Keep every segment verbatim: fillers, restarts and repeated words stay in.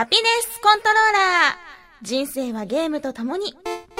ハピネスコントローラー。人生はゲームとともに。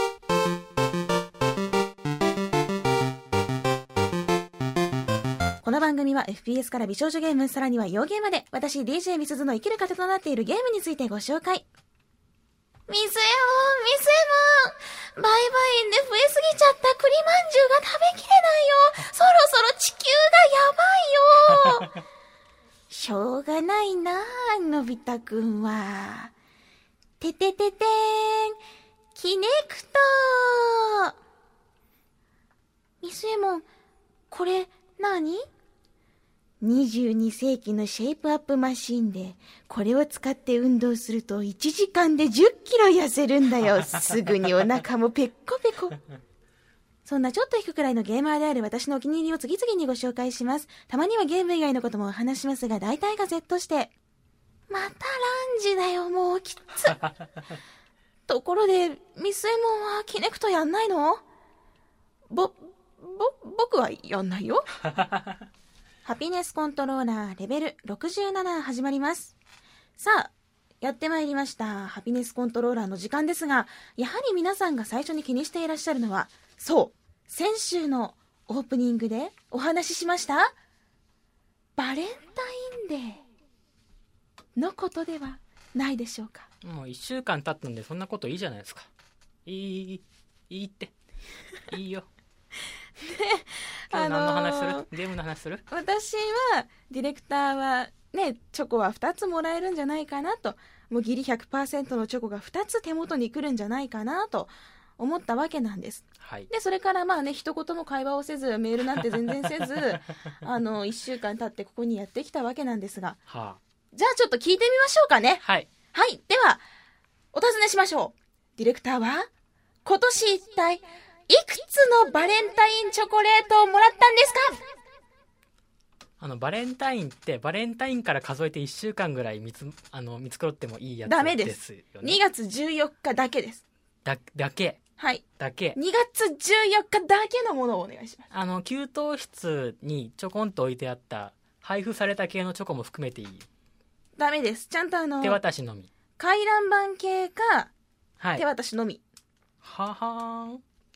この番組は エフピーエス から美少女ゲーム、さらには洋ゲーまで、私 ディージェー みすずの生きる糧となっているゲームについてご紹介。みすえもん、みすえもん、バイバインで増えすぎちゃった栗まんじゅうが食べきれないよ。そろそろ地球がやばいよ。しょうがないなあ、のび太くんは。ててててーん、キネクト。みすえもん、これ何？にじゅうにせいきのシェイプアップマシンで、これを使って運動するといちじかんでじゅっキロ痩せるんだよ。すぐにお腹もペッコペコ。そんなちょっと引くくらいのゲーマーである私のお気に入りを次々にご紹介します。たまにはゲーム以外のこともお話しますが、大体が Z して。またランジだよ、もうきつ。ところで、ミスエモンはキネクトやんないの？ぼ、ぼ、僕はやんないよ。ハピネスコントローラーレベルろくじゅうなな始まります。さあ、やってまいりました。ハピネスコントローラーの時間ですが、やはり皆さんが最初に気にしていらっしゃるのは、そう、先週のオープニングでお話ししましたバレンタインデーのことではないでしょうか。 もういっしゅうかん経ったんでそんなこといいじゃないですか。いい、いいって。いいよ。今日何の話する？あのー、ゲームの話する？ 私はディレクターはね、チョコはふたつもらえるんじゃないかなと、もうギリ ひゃくパーセント のチョコがふたつ手元に来るんじゃないかなと思ったわけなんです、 はい、 でそれからまあね、一言も会話をせず、メールなんて全然せずあのいっしゅうかん経ってここにやってきたわけなんですが、はあ、じゃあちょっと聞いてみましょうかね。 はい、 はい、ではお尋ねしましょう。ディレクターは今年一体いくつのバレンタインチョコレートをもらったんですか？ あのバレンタインってバレンタインから数えていっしゅうかんぐらい見つあの見繕ってもいいやつですよね。ダメです。 にがつじゅうよっかだけです。 だだけ。 はい。 だけ。 にがつじゅうよっかだけのものをお願いします。 あの給湯室にちょこんと置いてあった配布された系のチョコも含めていい？ ダメです。ちゃんとあの手渡しのみ。 回覧板系か、 はい、 手渡しのみ。 ははーん。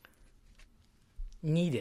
にです。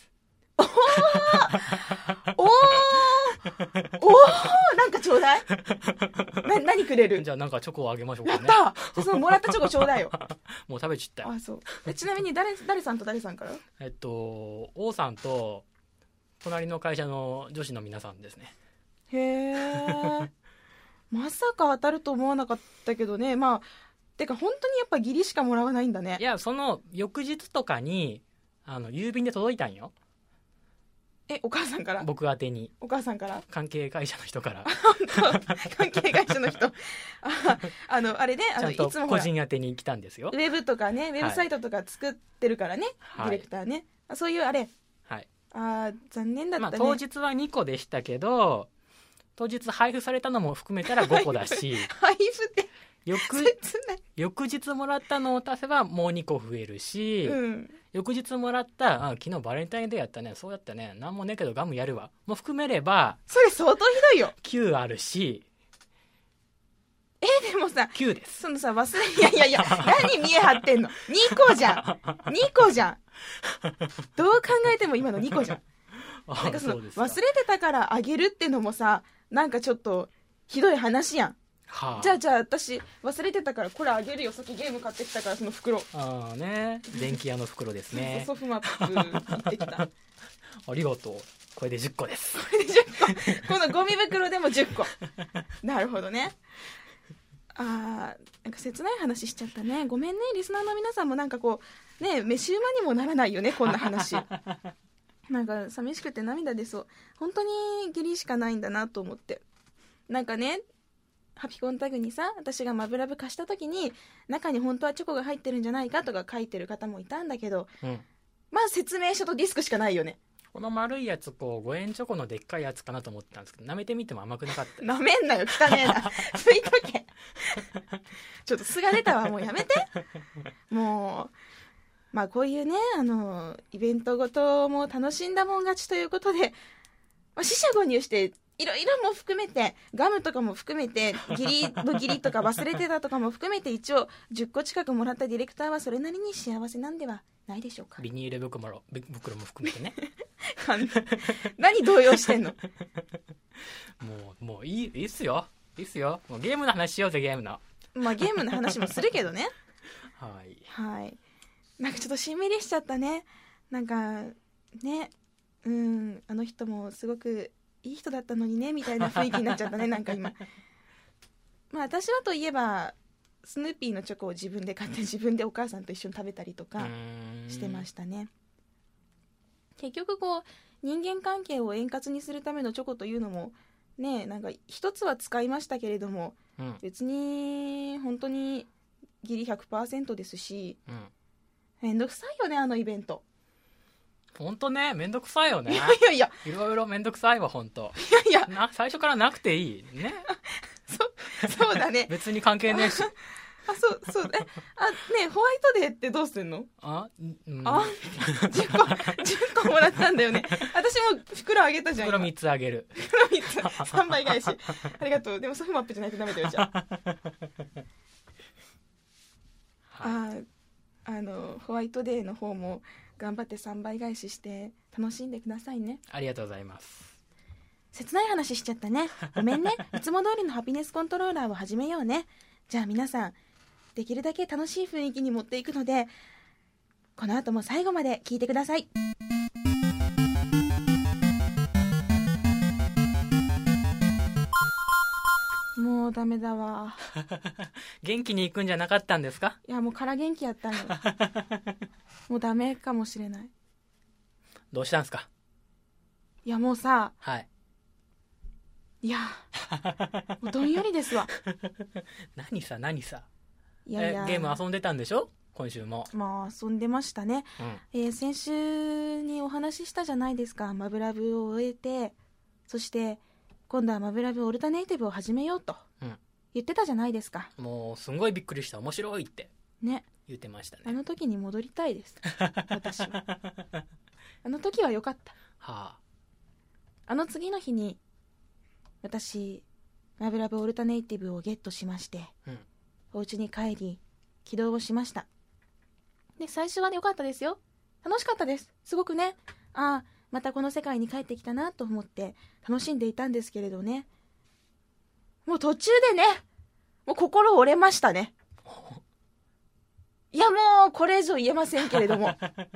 おーおーおーなんかちょうだい。な何くれる？ じゃあなんかチョコをあげましょうかね。 やったー。じゃあそのもらったチョコちょうだいよ。 もう食べちったよ。 あ、そう。でちなみに誰誰さんと誰さんから？ えっと王さんと隣の会社の女子の皆さんですね。 へー。まさか当たると思わなかったけどね。まあてか本当にやっぱギリしかもらわないんだね。 いや、その翌日とかにあの郵便で届いたんよ。 え、お母さんから？ 僕宛てに。 お母さんから？ 関係会社の人から。 本当？関係会社の人。あ, あのあれね、あのちゃんと個人宛てに来たんですよ。 ウェブとかね、ウェブサイトとか作ってるからね、はい、ディレクターね。そういうあれ。 はい。 あ、残念だったね。 まあ当日はにこでしたけど、当日配布されたのも含めたらごこだし。 配布って翌翌日もらったのを足せばもうにこ増えるし、うん、翌日もらったあ昨日バレンタインデーやったね、そうやったね、なんもねえけどガムやるわも含めればそれ相当ひどいよ。 きゅうあるし、 えでもさきゅうです。 そのさ忘れいやいやいや何見え張ってんの。にこじゃんにこじゃん。どう考えても今のにこじゃん。なんかその忘れてたからあげるってのもさ、なんかちょっとひどい話やん。はあ、じゃあじゃあ私忘れてたからこれあげるよ。さっきゲーム買ってきたからその袋。 ああね、電気屋の袋ですね。 ソフマップ行ってきた。 ありがとう。これでじゅっこです。 これでじゅっこ。このゴミ袋でもじゅっこ。なるほどね。あー、なんか切ない話しちゃったね。ごめんね、リスナーの皆さんもなんかこうね、飯馬にもならないよね、こんな話。なんか寂しくて涙出そう。本当にギリしかないんだなと思って。なんかね、ハピコンタグにさ、私がマブラブ貸した時に中に本当はチョコが入ってるんじゃないかとか書いてる方もいたんだけど、うん、まあ説明書とディスクしかないよね。 この丸いやつこうごえんチョコのでっかいやつかなと思ったんですけど、舐めてみても甘くなかった。 舐めんなよ、汚ねえな。拭いとけ。ちょっと素が出たわ、もうやめて。もうまあこういうね、あのイベントごとも楽しんだもん勝ちということで、まあ、四捨五入していろいろも含めてガムとかも含めてギリのギリとか忘れてたとかも含めて一応じゅっこ近くもらったディレクターはそれなりに幸せなんではないでしょうか。 ビニール袋袋も含めてね何動揺してんのもうもういいいいっすよいいっすよ。もうゲームの話しようぜ。ゲームのまあゲームの話もするけどねはいはい。なんかちょっとしんみりしちゃったね。なんかね、うんあの人もすごくいい人だったのにねみたいな雰囲気になっちゃったねなんか今。まあ私はといえばスヌーピーのチョコを自分で買って自分でお母さんと一緒に食べたりとかしてましたね。結局こう人間関係を円滑にするためのチョコというのもね、なんか一つは使いましたけれども、うん、別に本当にギリ ひゃくパーセント ですし、うん、めんどくさいよねあのイベント。 ほんとね、めんどくさいよね。 いやいやいや、 いろいろめんどくさいわほんと。 いやいやな、最初からなくていいねそ, そうだね別に関係ねえしあ、そうそう。え、あ、ね、ホワイトデーってどうすんの？ あ、うん、 あ、じゅっこ、じゅっこもらったんだよね。私も袋あげたじゃん。 袋みっつあげる。 袋みっつ、さんばい返し。ありがとう。でもソフマップじゃないとダメだよ、じゃあ。あ、あの、ホワイトデーの方も頑張ってさんばい返しして楽しんでくださいね。 ありがとうございます。 切ない話しちゃったね。ごめんね。いつも通りのハピネスコントローラーを始めようね。じゃあ皆さん、できるだけ楽しい雰囲気に持っていくので、この後も最後まで聞いてください。もうダメだわ元気に行くんじゃなかったんですか？ いやもう空元気やったのもうダメかもしれない。 どうしたんですか？ いやもうさ、 はい、 いやもうどんよりですわ何さ何さいやいや、 ゲーム遊んでたんでしょ今週も。 まあ遊んでましたね、うん、えー、先週にお話ししたじゃないですか。マブラブを終えて、そして今度はマブラブオルタネイティブを始めようと言ってたじゃないですか、 うん、もうすんごいびっくりした。面白いってね言ってましたね。 あの時に戻りたいです私はあの時は良かった、はあ、あの次の日に私マブラブオルタネイティブをゲットしまして、うん、お家に帰り起動をしました。で最初は良かったですよ。楽しかったです。すごくね、ああまたこの世界に帰ってきたなと思って楽しんでいたんですけれどね、もう途中でね、もう心折れましたね。いやもうこれ以上言えませんけれども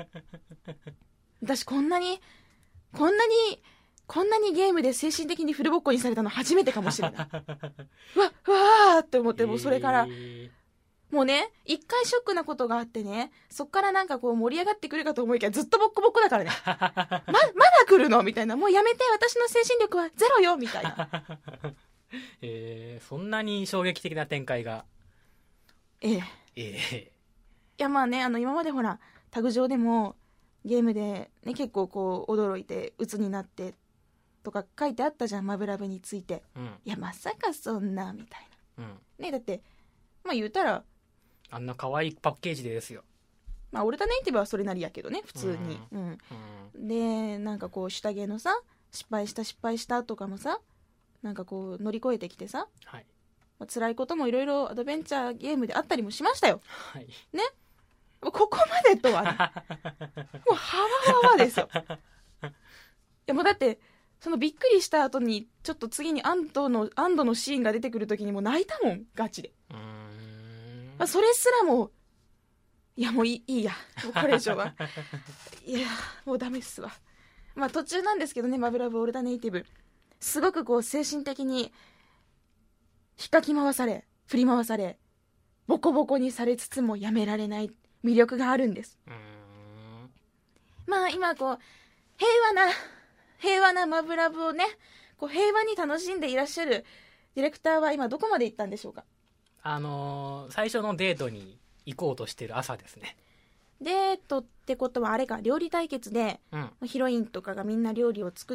私こんなにこんなにこんなにゲームで精神的にフルボッコにされたの初めてかもしれないうわうわーって思って、もうそれから、えー、もうね一回ショックなことがあってね、そっからなんかこう盛り上がってくるかと思いきやずっとボッコボッコだからねま, まだ来るのみたいな、もうやめて、私の精神力はゼロよみたいなえー、そんなに衝撃的な展開が。 ええええ、いやまあね、あの今までほらタグ上でもゲームで、ね、結構こう驚いて鬱になってとか書いてあったじゃん、マブラブについて、うん、いやまさかそんなみたいな、うん、ね、だってまあ言うたらあんな可愛いパッケージでですよ。 まあオルタネイティブはそれなりやけどね普通に、うんうんうん、でなんかこう下着のさ失敗した失敗したとかもさ、なんかこう乗り越えてきてさ、はい、まあ、辛いこともいろいろアドベンチャーゲームであったりもしましたよ、はい、ね、ここまでとは、ね、もうハワハワですよいやもうだってそのびっくりした後にちょっと次に安堵の安堵のシーンが出てくる時にもう泣いたもんガチで。うーん、まあ、それすらもいやもういい、いいやもうこれ以上はいやもうダメっすわ。まあ途中なんですけどね、マブラブオルタネイティブすごくこう精神的に引っかき回され振り回されボコボコにされつつもやめられない魅力があるんです。うーん、まあ今こう平和な平和なマブラブをねこう平和に楽しんでいらっしゃるディレクターは今どこまで行ったんでしょうか。 あのー、最初のデートに行こうとしてる朝ですね。 デートってことはあれか、料理対決で、うん、ヒロインとかがみんな料理を作って、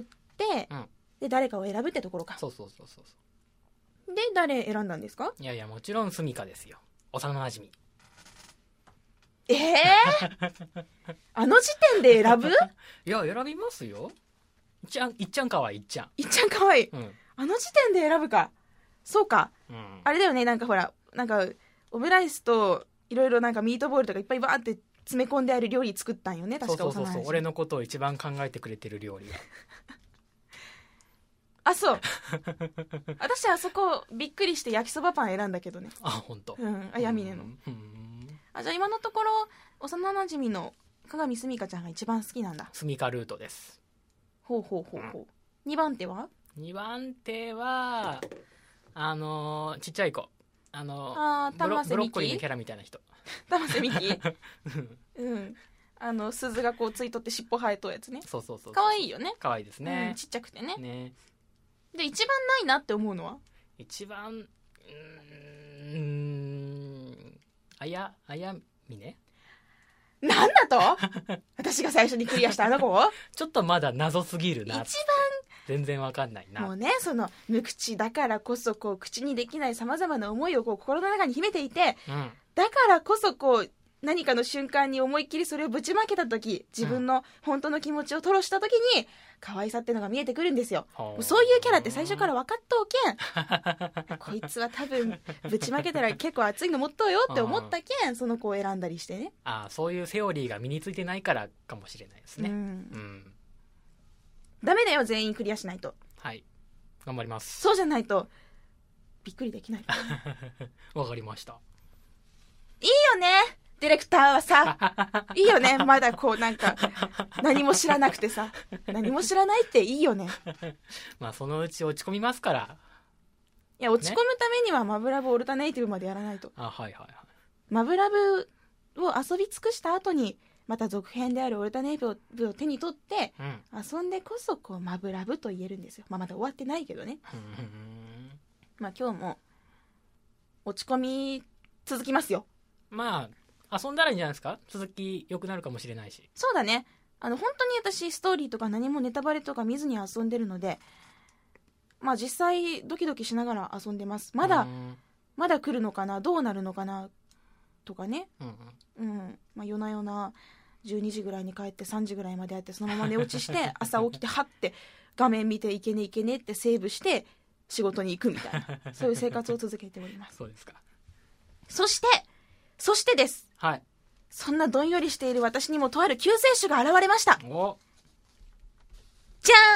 うん、で誰かを選ぶってところか。 そうそうそうそう。 で誰選んだんですか。 いやいやもちろんスミカですよ、幼なじみ。 えー、あの時点で選ぶいや選びますよ。 いっちゃんいっちゃんかわいいいっちゃんいっちゃんかわいい、うん、あの時点で選ぶか。そうか、うん、あれだよね、なんかほらなんかオムライスといろいろなんかミートボールとかいっぱいバーって詰め込んである料理作ったんよね、確か。 そうそうそうそう、俺のことを一番考えてくれてる料理はあ、そう私あそこびっくりして焼きそばパン選んだけどね。 あ、本当。 うん、あやみねの。あ、じゃあ今のところ幼なじみの鏡すみかちゃんが一番好きなんだ。 すみかルートです。 ほうほうほうほう、うん、にばん手はにばん手はあのー、ちっちゃい子、あのー、 あー、玉瀬ブロッコリーのキャラみたいな人玉瀬美希うん、あの鈴がこうついとって尻尾生えとるやつね。 そうそうそう、 かわいいよね。 かわいいですね、 うん、ちっちゃくて ね, ね。 で一番ないなって思うのは、 一番うーんあやあやみね。 なんだと私が最初にクリアしたあの子ちょっとまだ謎すぎるな。 一番全然わかんないな。 もうね、その無口だからこそこう口にできないさまざまな思いをこう心の中に秘めていて、うん、だからこそこう何かの瞬間に思いっきりそれをぶちまけた時、自分の本当の気持ちを吐露した時に可愛さってのが見えてくるんですよ。もうそういうキャラって最初から分かっとうけんこいつは多分ぶちまけたら結構熱いの持っとうよって思ったけん、その子を選んだりしてね。 ああ、そういうセオリーが身についてないからかもしれないですね。うん、うん、 ダメだよ、全員クリアしないと。 はい、頑張ります。 そうじゃないとびっくりできないわかりました。 いいよね、ディレクターはさいいよね、まだこうなんか何も知らなくてさ、何も知らないっていいよねまあそのうち落ち込みますから。 いや、落ち込むためにはマブラブオルタネイティブまでやらないと。 あ、はいはいはい。 マブラブを遊び尽くした後にまた続編であるオルタネイティブを手に取って、うん、遊んでこそこうマブラブと言えるんですよ。まあ、まだ終わってないけどねまあ今日も落ち込み続きますよ。 まあ遊んだらいいんじゃないですか。続き良くなるかもしれないし。 そうだね、あの本当に私ストーリーとか何もネタバレとか見ずに遊んでるので、まあ実際ドキドキしながら遊んでます。まだまだ来るのかな、どうなるのかなとかね、うん、うん、まあ、夜な夜なじゅうにじぐらいに帰ってさんじぐらいまでやってそのまま寝落ちして朝起きてはって画面見ていけねいけねってセーブして仕事に行くみたいなそういう生活を続けております。 そうですか。そしてそしてです、 はい、 そんなどんよりしている私にもとある救世主が現れました。 お、 じゃ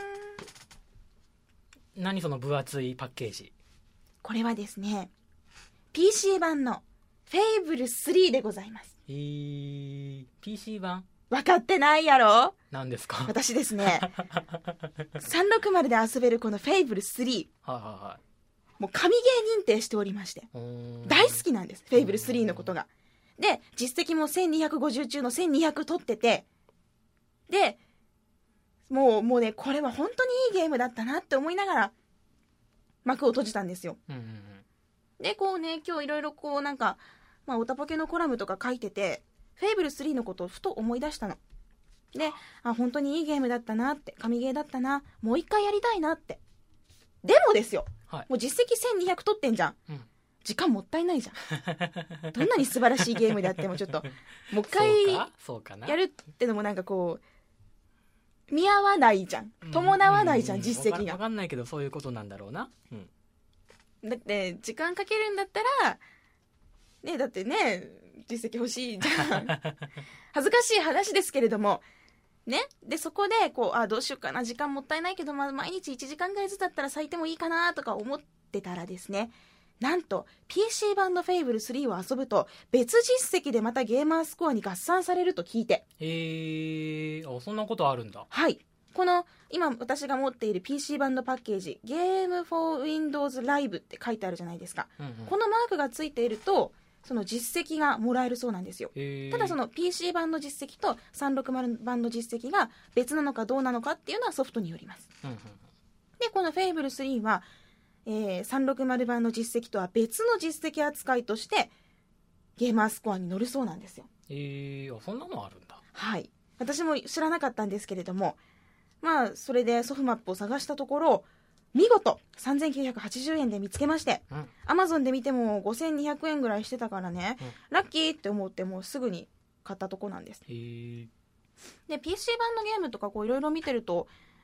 ーん。何その分厚いパッケージ。 これはですね ピーシー 版のフェイブルスリーでございます。 えー、ピーシー 版分かってないやろ。 何ですか。 私ですねさんびゃくろくじゅうで遊べるこのフェイブルスリー、 はいはいはい、 もう神ゲー認定しておりまして大好きなんです、フェイブルスリーのことが。で実績もせんにひゃくごじゅう中のせんにひゃく取ってて、でもうもうね、これは本当にいいゲームだったなって思いながら幕を閉じたんですよ、うんうんうん、でこうね、今日いろいろこうなんか、まあ、オタポケのコラムとか書いててフェイブルスリーのことをふと思い出したので、あ、本当にいいゲームだったなって、神ゲーだったな、もう一回やりたいなって。でもですよ、はい、もう実績せんにひゃく取ってんじゃん、うん、時間もったいないじゃんどんなに素晴らしいゲームであってもちょっともう一回やるってのもなんかこう見合わないじゃん、伴わないじゃん、うん、実績が。 分かんないけどそういうことなんだろうな、うん、 だって時間かけるんだったらね、だってね実績欲しいじゃん恥ずかしい話ですけれどもね。でそこでこう、あ、どうしようかな、時間もったいないけど、まあ、毎日いちじかんぐらいずつだったら咲いてもいいかなとか思ってたらですね、なんと ピーシー 版のフェイブルスリーを遊ぶと別実績でまたゲーマースコアに合算されると聞いて。 へー、あ、そんなことあるんだ。 はい、この今私が持っている ピーシー 版のパッケージ、ゲーム for Windows Live って書いてあるじゃないですか、うんうん、このマークがついているとその実績がもらえるそうなんですよ。ただその ピーシー 版の実績とさんびゃくろくじゅう版の実績が別なのかどうなのかっていうのはソフトによります、うんうん、でこのフェイブルスリーは、えー、さんびゃくろくじゅう版の実績とは別の実績扱いとしてゲーマースコアに乗るそうなんですよ。 えー、そんなのあるんだ。はい、 私も知らなかったんですけれども、まあそれでソフマップを探したところ見事さんぜんきゅうひゃくはちじゅうえんで見つけまして、うん、アマゾンで見てもごせんにひゃくえんぐらいしてたからね、うん、ラッキーって思ってもうすぐに買ったとこなんです。 へー。 で ピーシー 版のゲームとかいろいろ見てると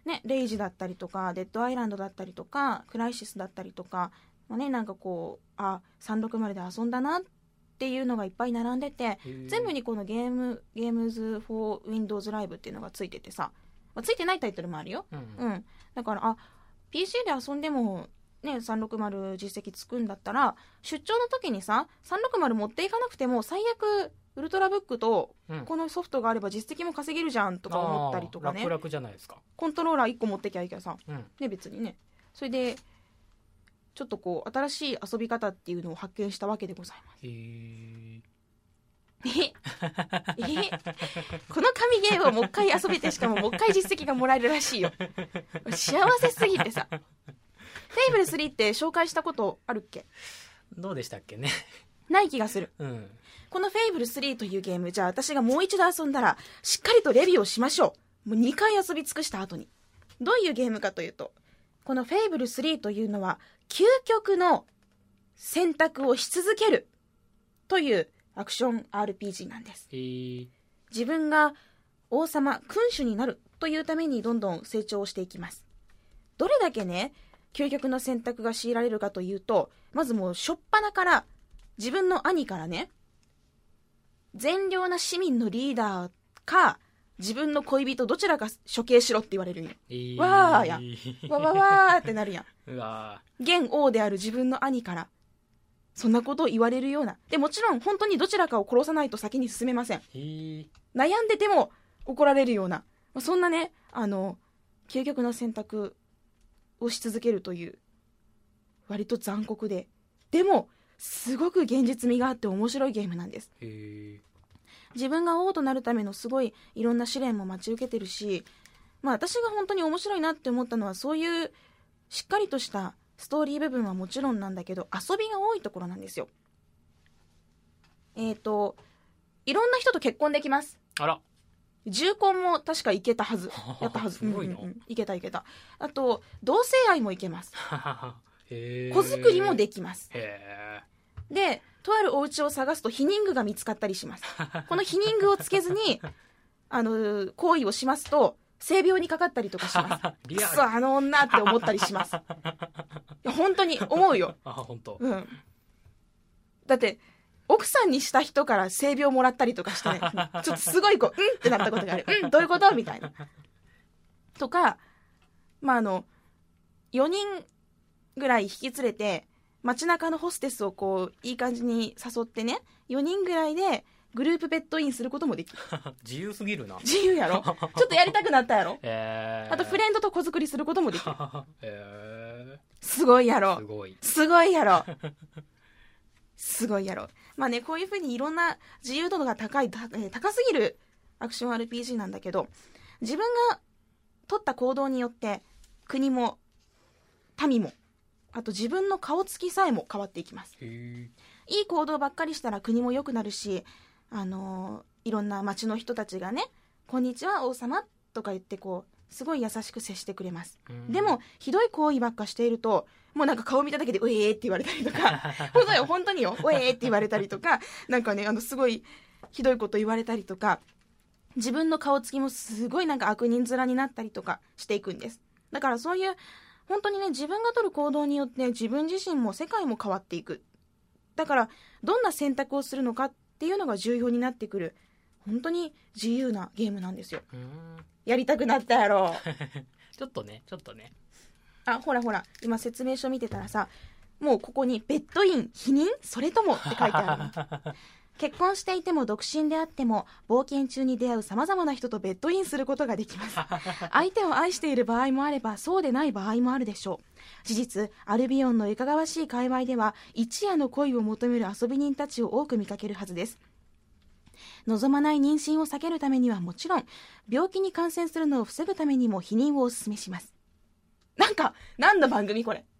ね、レイジだったりとかデッドアイランドだったりとかクライシスだったりとか、まあね、なんかこうあさんびゃくろくじゅうで遊んだなっていうのがいっぱい並んでて、全部にこのゲームゲームズ for Windows Live っていうのがついててさ、まあ、ついてないタイトルもあるよ、うん、うん、だからあ ピーシー で遊んでもね、さんびゃくろくじゅう実績つくんだったら出張の時にささんびゃくろくじゅう持っていかなくても最悪ウルトラブックとこのソフトがあれば実績も稼げるじゃんとか思ったりとかね、 楽々じゃないですか。 コントローラーいっこ持ってきゃいいからさ、 うんね、別にね、それでちょっとこう新しい遊び方っていうのを発見したわけでございます。 へーええこの神ゲームをもう一回遊べて、しかももう一回実績がもらえるらしいよ。幸せすぎてさ。フェイブルスリーって紹介したことあるっけ？ どうでしたっけね。 ない気がする、 うん、 このフェイブルスリーというゲーム、じゃあ私がもう一度遊んだらしっかりとレビューをしましょう。もうにかい遊び尽くした後に。どういうゲームかというと、このフェイブルスリーというのは究極の選択をし続けるというアクション アールピージー なんです。 へー自分が王様君主になるというためにどんどん成長していきます。どれだけね究極の選択が強いられるかというと、まずもう初っ端から自分の兄からね、善良な市民のリーダーか自分の恋人どちらか処刑しろって言われるんよ、 えー、 わーやわわわーってなるやん。 うわ現王である自分の兄からそんなことを言われるような。でもちろん本当にどちらかを殺さないと先に進めません。 へー悩んでても怒られるような、そんなね、あの究極の選択をし続けるという割と残酷で、でもすごく現実味があって面白いゲームなんです。 へー自分が王となるためのすごいいろんな試練も待ち受けてるし、まあ私が本当に面白いなって思ったのは、そういうしっかりとしたストーリー部分はもちろんなんだけど、遊びが多いところなんですよ。えっといろんな人と結婚できます。 あら、 重婚も確かいけたはずやったはずすごいの、 うんうんうん、いけたいけた。あと同性愛もいけます。 へー子作りもできます。 へでとあるお家を探すと避妊具が見つかったりします。この避妊具をつけずにあの行為をしますと性病にかかったりとかします。 リアルくそあの女って思ったりします。いや本当に思うよ。 あ本当、 うん、だって奥さんにした人から性病もらったりとかしてね、ちょっとすごいこううんってなったことがある。うんどういうことみたいなとか、まああのよにんぐらい引き連れて街中のホステスをこういい感じに誘ってね、よにんぐらいでグループベッドインすることもできる。 自由すぎるな。 自由やろ。ちょっとやりたくなったやろ。 へーあとフレンドと子作りすることもできる。 へすごいやろ。 すごいすごいやろ。すごいやろ。まあね、こういう風にいろんな自由度が高い、たえー高すぎるアクション アールピージー なんだけど、自分が取った行動によって国も民も、あと自分の顔つきさえも変わっていきます。 へーいい行動ばっかりしたら国も良くなるし、あのー、いろんな町の人たちがね、こんにちは王様とか言ってこうすごい優しく接してくれます。でもひどい行為ばっかしていると、もうなんか顔見ただけでうえーって言われたりとか本当よ本当にようえーって言われたりとか、なんかねあのすごいひどいこと言われたりとか、自分の顔つきもすごいなんか悪人面になったりとかしていくんです。だからそういう本当にね、自分が取る行動によって自分自身も世界も変わっていく。だからどんな選択をするのかっていうのが重要になってくる、本当に自由なゲームなんですよ。 うーんやりたくなったやろ。 ちょっとねちょっとねあ、ほらほら今説明書見てたらさ、もうここにベッドイン、避妊、それともって書いてある。結婚していても独身であっても冒険中に出会うさまざまな人とベッドインすることができます。相手を愛している場合もあればそうでない場合もあるでしょう。事実アルビオンのいかがわしい界隈では一夜の恋を求める遊び人たちを多く見かけるはずです。望まない妊娠を避けるためにはもちろん、病気に感染するのを防ぐためにも避妊をお勧めします。なんか何の番組これ。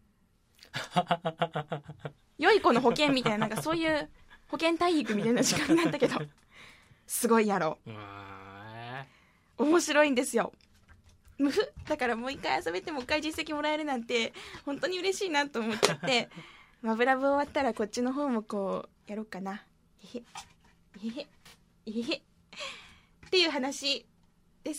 良い子の保険みたいな、なんかそういう保健体育みたいな時間になったけどすごいやろ。 うーん面白いんですよ。むふだからもう一回遊べてもう一回実績もらえるなんて本当に嬉しいなと思っちゃってマブラブ終わったらこっちの方もこうやろうかな。へへへへへへっていう話です。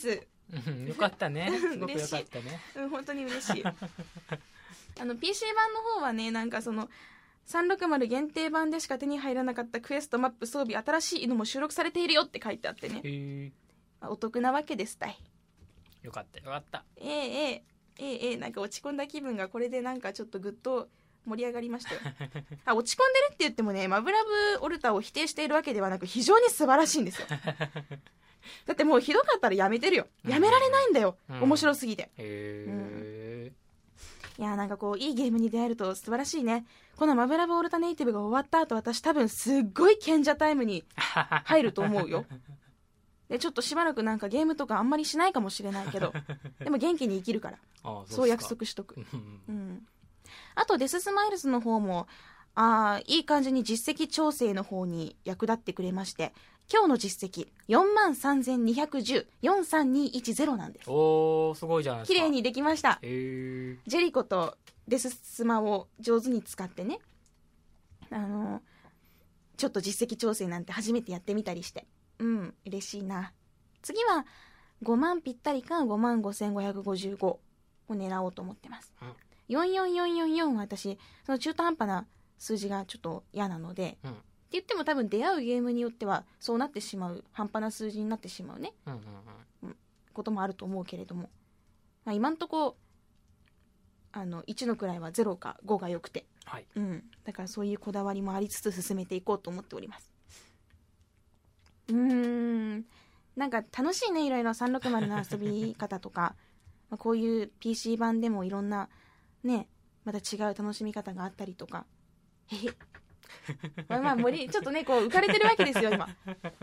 うん、よかったね。すごくよかったね。 うん、本当に嬉しい。あの ピーシー 版の方はね、なんかそのさんびゃくろくじゅう限定版でしか手に入らなかったクエスト、マップ、装備、新しい犬も収録されているよって書いてあってね。 へー、 お得なわけですたい。 よかったよかった。 ええええええええなんか落ち込んだ気分がこれでなんかちょっとぐっと盛り上がりましたよ。あ、落ち込んでるって言ってもね、マブラブオルタを否定しているわけではなく、非常に素晴らしいんですよ。だってもうひどかったらやめてるよ。やめられないんだよ、うん、面白すぎて。 へー、 うん、いやなんかこういいゲームに出会えると素晴らしいね。このマブラブオルタネイティブが終わった後、私多分すっごい賢者タイムに入ると思うよ。でちょっとしばらくなんかゲームとかあんまりしないかもしれないけど、でも元気に生きるから、ああ そう、そう約束しとく。うん、あとデススマイルズの方もあいい感じに実績調整の方に役立ってくれまして、今日の実績 よんまんさんぜんにひゃくじゅう、よんさんにいちゼロ なんです。 おー、すごいじゃないですか。 綺麗にできました。 へー、 ジェリコとデススマを上手に使ってね、あのちょっと実績調整なんて初めてやってみたりして、うん、嬉しいな。次はごまんぴったりかごまんごせんごひゃくごじゅうごを狙おうと思ってます、うん、よんよんよんよんよんは私その中途半端な数字がちょっと嫌なので、うん、って言っても多分出会うゲームによってはそうなってしまう、半端な数字になってしまうね、うんうんうん、こともあると思うけれども、まあ、今んとこあのいちの位はゼロかごがよくて、はいうん、だからそういうこだわりもありつつ進めていこうと思っております。うーんなんか楽しいね、いろいろさんびゃくろくじゅうの遊び方とかまあこういう ピーシー 版でもいろんなねまた違う楽しみ方があったりとか、へへまあまあ盛りちょっとねこう浮かれてるわけですよ今。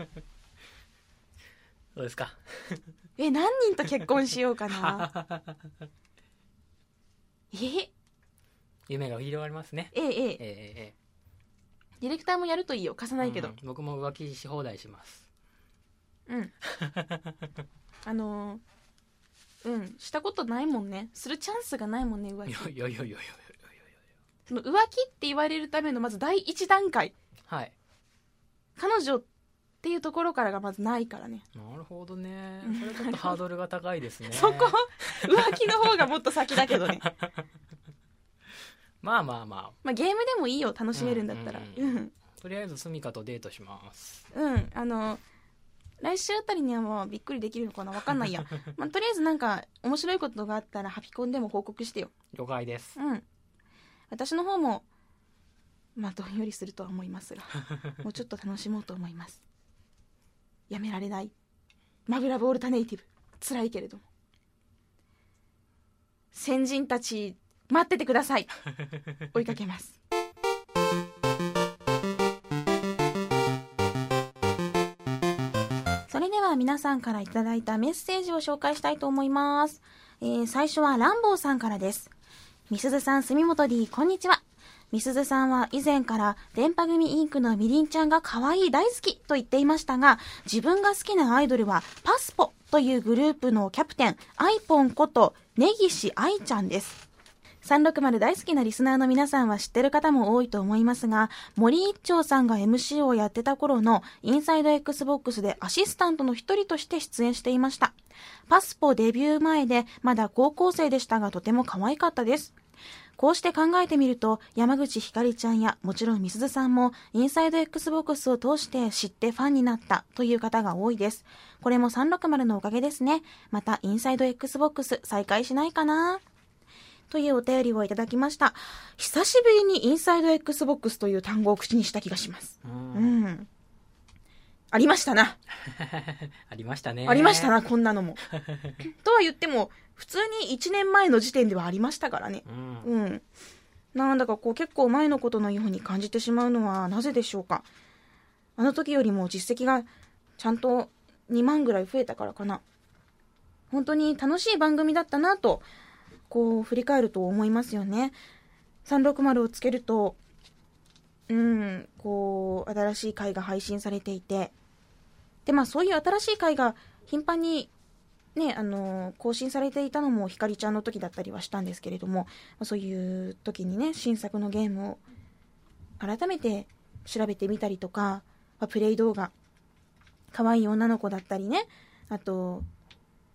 どうですか。 え何人と結婚しようかな。え夢が広がりますね。 ええええええディレクターもやるといいよ、貸さないけど、うん、 僕も浮気し放題します。 うんあのー、うんしたことないもんね、するチャンスがないもんね浮気。いやいやいやいやいやいやその浮気って言われるためのまず第一段階、 はい、 彼女っていうところからがまずないからね。 なるほどね、それちょっとハードルが高いですね。 そこ浮気の方がもっと先だけどね。 まあまあまあ、 まあゲームでもいいよ、楽しめるんだったら、うんうんうん、 とりあえずスミカとデートします。 うんあの来週あたりにはもうびっくりできるのかな、わかんないや、まあ、とりあえずなんか面白いことがあったらハピコンでも報告してよ。 了解です。 うん私の方もまあどんよりするとは思いますがもうちょっと楽しもうと思います。やめられないマブラブオルタネイティブ、辛いけれども先人たち待っててください。追いかけます。それでは皆さんからいただいたメッセージを紹介したいと思います、えー、最初はランボーさんからです。みすずさん、住本 D、こんにちは。みすずさんは以前から電波組インクのみりんちゃんが可愛い大好きと言っていましたが、自分が好きなアイドルはパスポというグループのキャプテンアイポンこと根岸愛ちゃんです。さんびゃくろくじゅう大好きなリスナーの皆さんは知ってる方も多いと思いますが、森一丁さんが エムシー をやってた頃のインサイド Xbox でアシスタントの一人として出演していました。パスポデビュー前でまだ高校生でしたが、とても可愛かったです。こうして考えてみると、山口ひかりちゃんやもちろんみすずさんもインサイド Xbox を通して知ってファンになったという方が多いです。これもさんびゃくろくじゅうのおかげですね。またインサイド Xbox 再開しないかなというお便りをいただきました。久しぶりにインサイド Xbox という単語を口にした気がします。うん、うん、ありましたな。 ありましたね。 ありましたな、こんなのも。とは言っても普通にいちねんまえの時点ではありましたからね。うん、うん、なんだかこう結構前のことのように感じてしまうのはなぜでしょうか。あの時よりも実績がちゃんとにまんぐらい増えたからかな。本当に楽しい番組だったなとこう振り返ると思いますよね。さんびゃくろくじゅうをつけるとうんこう新しい回が配信されていて、でまあそういう新しい回が頻繁にねあの更新されていたのもひかりちゃんの時だったりはしたんですけれども、そういう時にね新作のゲームを改めて調べてみたりとか、プレイ動画可愛い女の子だったりね、あと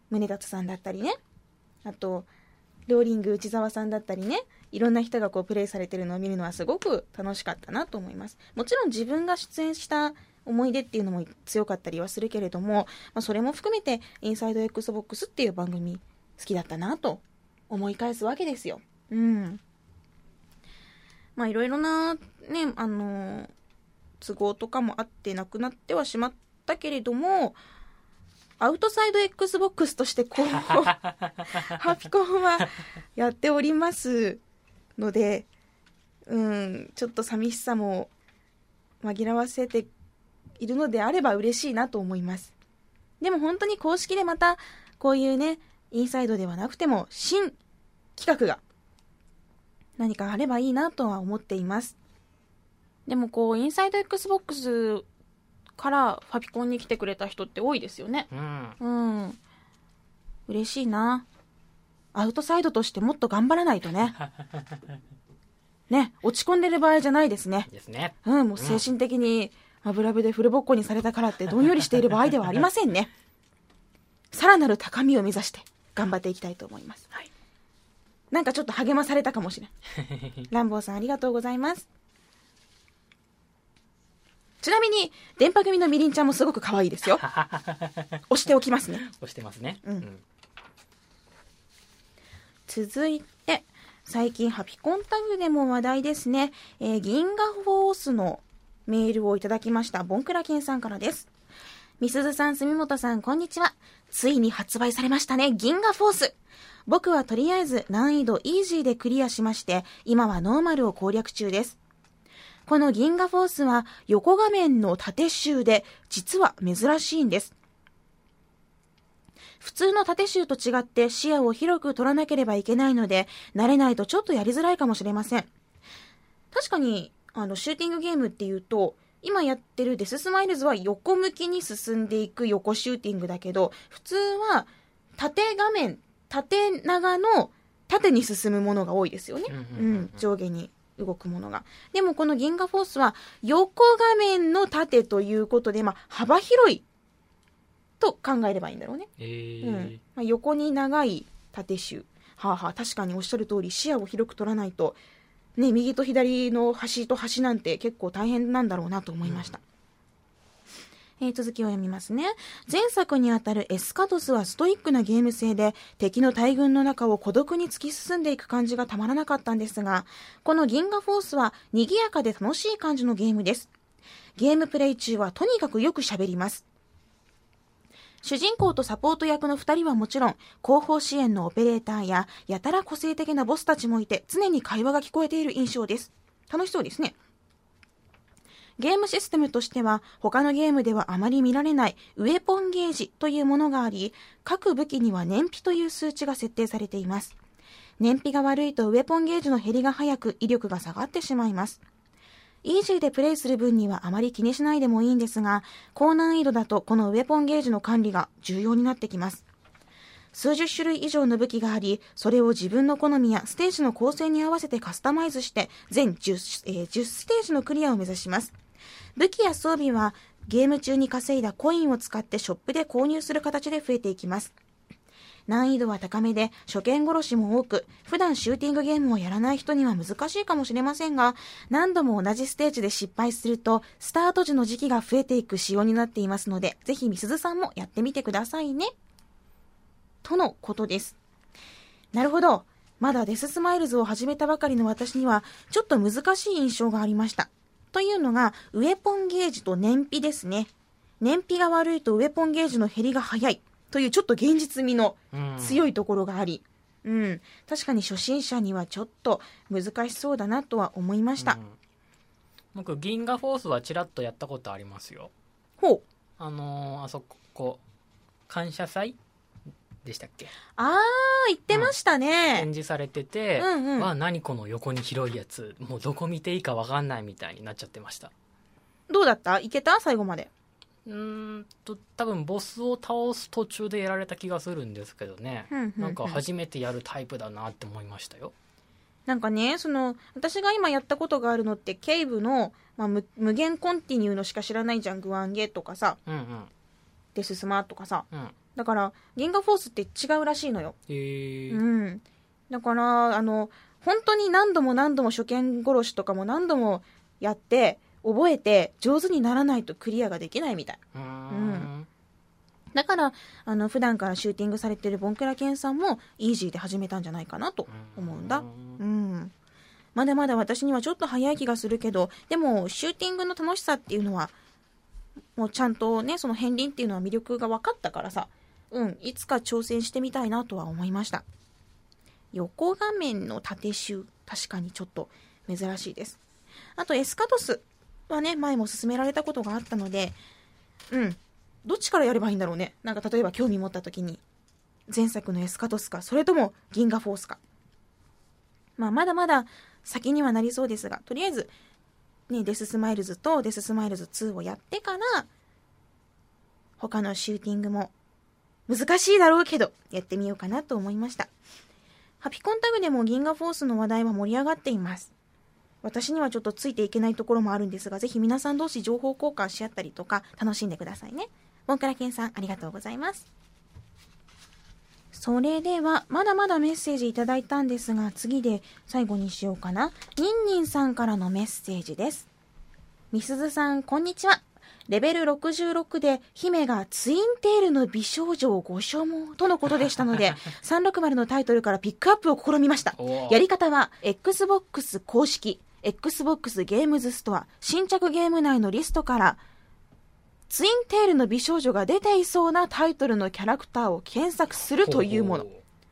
宗達さんだったりね、あとローリング内澤さんだったりね、いろんな人がこうプレイされてるのを見るのはすごく楽しかったなと思います。もちろん自分が出演した思い出っていうのも強かったりはするけれども、まあ、それも含めてインサイド Xbox っていう番組好きだったなと思い返すわけですよ。うん。まあいろいろなね、あのー、都合とかもあってなくなってはしまったけれども、アウトサイド Xbox としてこうハピコンはやっておりますので、うんちょっと寂しさも紛らわせているのであれば嬉しいなと思います。でも本当に公式でまたこういうね、インサイドではなくても新企画が何かあればいいなとは思っています。でもこうインサイド Xbox からファピコンに来てくれた人って多いですよね。うん、うん、嬉しいな。アウトサイドとしてもっと頑張らないとねね、落ち込んでる場合じゃないですね。 ですね。 うん、もう精神的に油辺でフルボッコにされたからってどんよりしている場合ではありませんね。さらなる高みを目指して頑張っていきたいと思います、はい、なんかちょっと励まされたかもしれんランボーさんありがとうございます。ちなみに電波組のみりんちゃんもすごく可愛いですよ押しておきますね。 押してますね、 うんうん、続いて最近ハピコンタグでも話題ですね、えー、銀河フォースのメールをいただきました。ボンクラケンさんからです。みすずさん、住本さん、こんにちは。ついに発売されましたね、銀河フォース。僕はとりあえず難易度イージーでクリアしまして、今はノーマルを攻略中です。この銀河フォースは横画面の縦集で実は珍しいんです。普通の縦集と違って視野を広く取らなければいけないので、慣れないとちょっとやりづらいかもしれません。確かにあのシューティングゲームっていうと、今やってるデススマイルズは横向きに進んでいく横シューティングだけど、普通は縦画面、縦長の縦に進むものが多いですよね、うん、上下に動くものが。でもこの銀河フォースは横画面の縦ということで、まあ、幅広いと考えればいいんだろうね、 えーうんまあ、横に長い縦集、はあはあ、確かにおっしゃる通り視野を広く取らないとね、右と左の端と端なんて結構大変なんだろうなと思いました、うんえー、続きを読みますね。前作にあたるエスカドスはストイックなゲーム性で敵の大軍の中を孤独に突き進んでいく感じがたまらなかったんですが、この銀河フォースは賑やかで楽しい感じのゲームです。ゲームプレイ中はとにかくよく喋ります。主人公とサポート役のふたりはもちろん、後方支援のオペレーターややたら個性的なボスたちもいて、常に会話が聞こえている印象です。楽しそうですね。ゲームシステムとしては他のゲームではあまり見られないウェポンゲージというものがあり、各武器には燃費という数値が設定されています。燃費が悪いとウェポンゲージの減りが早く威力が下がってしまいます。イージーでプレイする分にはあまり気にしないでもいいんですが、高難易度だとこのウェポンゲージの管理が重要になってきます。数十種類以上の武器があり、それを自分の好みやステージの構成に合わせてカスタマイズして全 10, えー、じゅうステージのクリアを目指します。武器や装備はゲーム中に稼いだコインを使ってショップで購入する形で増えていきます。難易度は高めで初見殺しも多く、普段シューティングゲームをやらない人には難しいかもしれませんが、何度も同じステージで失敗するとスタート時の時期が増えていく仕様になっていますので、ぜひみすずさんもやってみてくださいねとのことです。なるほど。まだデススマイルズを始めたばかりの私にはちょっと難しい印象がありました。というのがウェポンゲージと燃費ですね。燃費が悪いとウェポンゲージの減りが早いというちょっと現実味の強いところがあり、うん、うん、確かに初心者にはちょっと難しそうだなとは思いました、うん、 僕銀河フォースはちらっとやったことありますよ。 ほう。 あのー、あそこ感謝祭でしたっけ。 あー言ってましたね、 うん、展示されてて、 うんうん、 わ何この横に広いやつ、もうどこ見ていいか分かんないみたいになっちゃってました。 どうだった？いけた？最後まで。 うーんと多分ボスを倒す途中でやられた気がするんですけどね、うんうんうん、なんか初めてやるタイプだなって思いましたよ。 なんかね、その私が今やったことがあるのってケイブの、まあ、無, 無限コンティニューのしか知らないじゃん。グワンゲとかさ、 うんうん、 デススマとかさ、 うん、 だから銀河フォースって違うらしいのよ。 へー。 うん。だからあの本当に何度も何度も初見殺しとかも何度もやって覚えて上手にならないとクリアができないみたい。 うーん、 うん、だからあの普段からシューティングされてるボンクラケンさんもイージーで始めたんじゃないかなと思うんだ。うん、まだまだ私にはちょっと早い気がするけど、でもシューティングの楽しさっていうのはもうちゃんとね、その片鱗っていうのは魅力が分かったからさ、うん、いつか挑戦してみたいなとは思いました。横画面の縦集、確かにちょっと珍しいです。あとエスカトスはね、前も勧められたことがあったので、うん、どっちからやればいいんだろうね。なんか例えば興味持った時に前作のエスカトスか、それとも銀河フォースか、まあまだまだ先にはなりそうですが、とりあえずね、デススマイルズとデススマイルズツーをやってから他のシューティングも難しいだろうけどやってみようかなと思いました。ハピコンタグでも銀河フォースの話題は盛り上がっています。私にはちょっとついていけないところもあるんですが、ぜひ皆さん同士情報交換し合ったりとか楽しんでくださいね。ボンクラケンさんありがとうございます。それではまだまだメッセージいただいたんですが、次で最後にしようかな。ニンニンさんからのメッセージです。みすずさんこんにちは。レベルろくじゅうろくで姫がツインテールの美少女をご所望とのことでしたのでさんろくまるのタイトルからピックアップを試みました。やり方は Xbox 公式 Xbox ゲームズストア新着ゲーム内のリストからツインテールの美少女が出ていそうなタイトルのキャラクターを検索するというもの。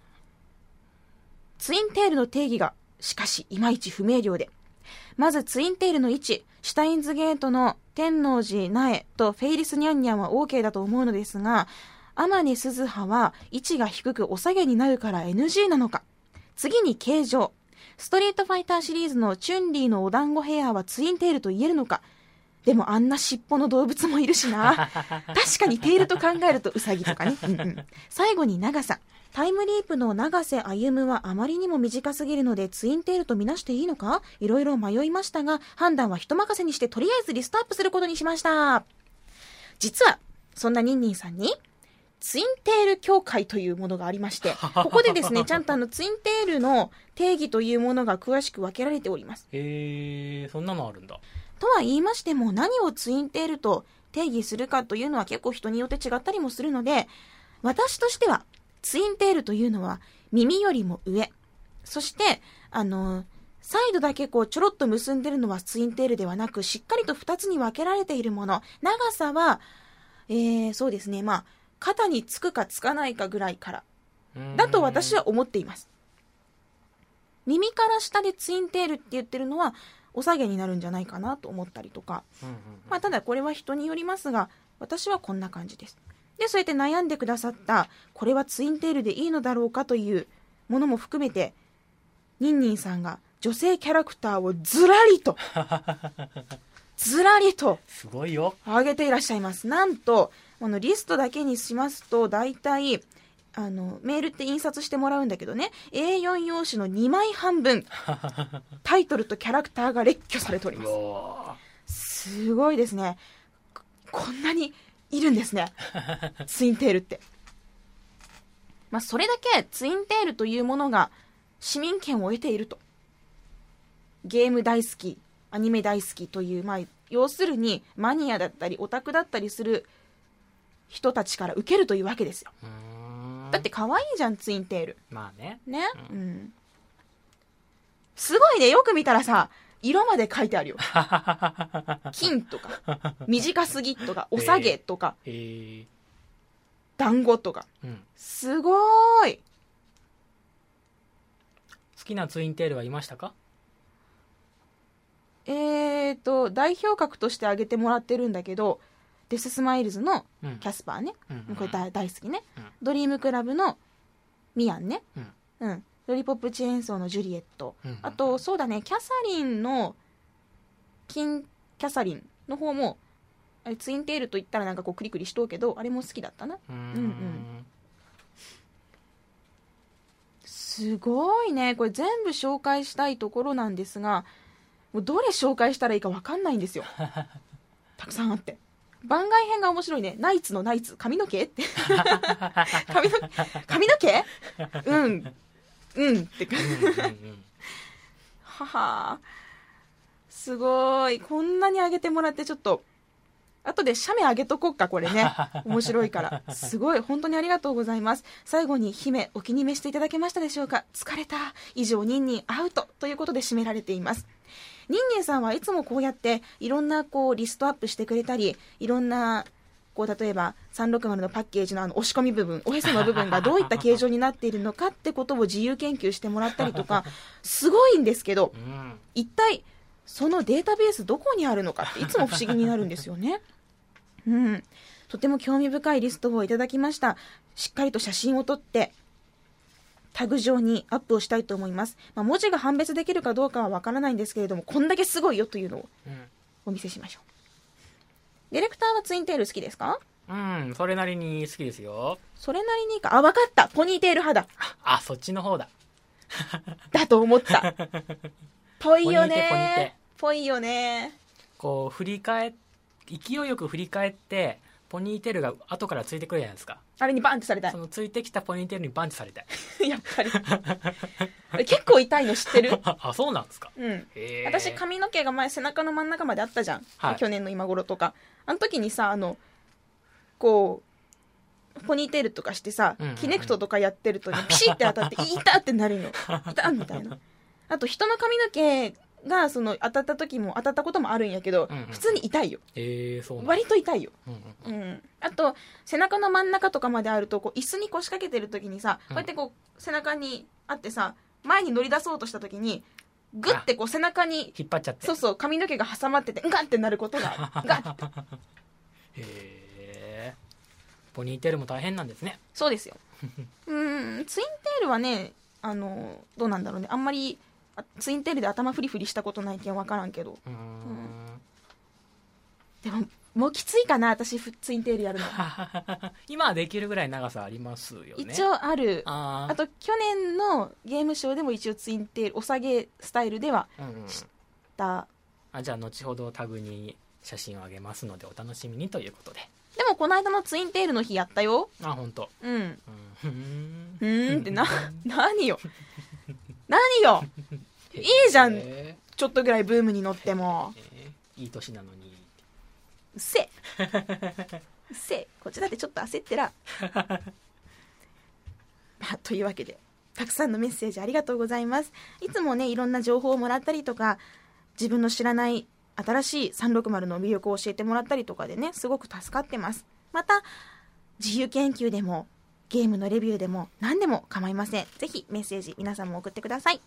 ツインテールの定義がしかしいまいち不明瞭で、まずツインテールの位置、シュタインズゲートの天王寺苗とフェイリスニャンニャンは OK だと思うのですが、天音鈴葉は位置が低くお下げになるから エヌジー なのか。次に形状、ストリートファイターシリーズのチュンリーのお団子ヘアはツインテールと言えるのか。でもあんな尻尾の動物もいるしな。確かにテールと考えるとウサギとかね、うんうん、最後に長さ、タイムリープの永瀬歩夢はあまりにも短すぎるのでツインテールとみなしていいのか、いろいろ迷いましたが判断は人任せにしてとりあえずリストアップすることにしました。実はそんなニンニンさんにツインテール協会というものがありまして、ここでですねちゃんとあのツインテールの定義というものが詳しく分けられております。 へー、そんなのあるんだ。 とは言いましても何をツインテールと定義するかというのは結構人によって違ったりもするので、私としてはツインテールというのは耳よりも上、そしてあのサイドだけこうちょろっと結んでるのはツインテールではなく、しっかりとふたつに分けられているもの。長さは、えー、そうですね、まあ肩につくかつかないかぐらいからだと私は思っています。耳から下でツインテールって言ってるのはお下げになるんじゃないかなと思ったりとか、 うんうんうん、 まあ、ただこれは人によりますが私はこんな感じです。でそうやって悩んでくださったこれはツインテールでいいのだろうかというものも含めて、ニンニンさんが女性キャラクターをずらりとずらりとすごいよ上げていらっしゃいます。なんとあのリストだけにしますとだいたいあのメールって印刷してもらうんだけどね、 エーよん 用紙のにまいはんぶんタイトルとキャラクターが列挙されております。すごいですね。 こ, こんなにいるんですねツインテールって。まあそれだけツインテールというものが市民権を得ていると、ゲーム大好きアニメ大好きという、まあ要するにマニアだったりオタクだったりする人たちから受けるというわけですよ。 うーん、 だって可愛いじゃんツインテール。 まあねね、 うんうん、すごいね。よく見たらさ色まで書いてあるよ金とか短すぎとかお下げとか、 えーえー、 団子とか、 うん、 すごい。 好きなツインテールはいましたか？ えーと代表格として挙げてもらってるんだけど、デススマイルズのキャスパーね、うんうん、これ 大, 大好きね、うん、ドリームクラブのミアンね、うんうん、ロリポップチェーンソーのジュリエット、うんうん、あとそうだねキャサリンの金キャサリンの方もあれツインテールと言ったらなんかこうクリクリしとうけどあれも好きだったな。うんうんうん、すごいね。これ全部紹介したいところなんですが、もうどれ紹介したらいいか分かんないんですよたくさんあって。 番外編が面白いね。ナイツのナイツ、髪の毛って髪の髪の毛うんうんってははすごい。こんなに上げてもらってちょっと後で写メ上げとこっか、これね。面白いから。すごい。本当にありがとうございます。最後に姫、お気に召していただけましたでしょうか。疲れた。以上、ニンニンアウト。ということで締められています。ニンニンさんはいつもこうやって、いろんなこう、リストアップしてくれたり、いろんな、こう、例えば、さんろくまるのパッケージのあの、押し込み部分、おへその部分がどういった形状になっているのかってことを自由研究してもらったりとか、すごいんですけど、一体、そのデータベースどこにあるのかっていつも不思議になるんですよね。うん、とても興味深いリストをいただきました。しっかりと写真を撮ってタグ上にアップをしたいと思います。まあ、文字が判別できるかどうかはわからないんですけれども、こんだけすごいよというのをお見せしましょう。ディレクターはツインテール好きですか？ うん、それなりに好きですよ。 それなりにか。あ、わかった。ポニーテール派だ。 あ、そっちの方だ。 だと思った。ぽいよね。 ポニーテポニーテ。 ぽいよね。こう振り返って勢いよく振り返ってポニーテールが後からついてくるじゃないですか。 あれにバンってされたい。 そのついてきたポニーテールにバンってされたいやっぱりあれ結構痛いの知ってる？ あ、そうなんですか。 うん、私髪の毛が前背中の真ん中まであったじゃん、はい、去年の今頃とか。あの時にさ、あのこうポニーテールとかしてさ、うんうんうん、キネクトとかやってると、ね、ピシッて当たって痛ってなるの。痛みたいな。あと人の髪の毛がその当たった時も当たったこともあるんやけど、うんうん、普通に痛いよ、 えー、そうなん割と痛いよ、 うんうんうん、 あと背中の真ん中とかまであるとこう椅子に腰掛けてる時にさ、こうやってこう背中にあってさ、前に乗り出そうとした時にグッてこう背中に引っ張っちゃって、 そうそう髪の毛が挟まっててガンってなることがガンってへえ、ポニーテールも大変なんですね。 そうですようんツインテールはね、あのどうなんだろうね、あんまりツインテールで頭フリフリしたことないけん分からんけど、うーん、うん、でももうきついかな、私ツインテールやるの今はできるぐらい長さありますよね。 一応ある。 あ, あと去年のゲームショーでも一応ツインテールお下げスタイルではした、うんうん、 あ、じゃあ後ほどタグに写真をあげますのでお楽しみにということで。 でもこの間のツインテールの日やったよ。 あ、本当。 うん、うん、ふーんってな何よ何よいいじゃん、えー、ちょっとぐらいブームに乗っても、 えー、いい年なのに。 うっせえうっせえ、こっちだってちょっと焦ってらまあ、というわけでたくさんのメッセージありがとうございます。いつもね、いろんな情報をもらったりとか、自分の知らない新しいさんろくまるの魅力を教えてもらったりとかでね、すごく助かってます。また自由研究でもゲームのレビューでも何でも構いません。ぜひメッセージ皆さんも送ってください。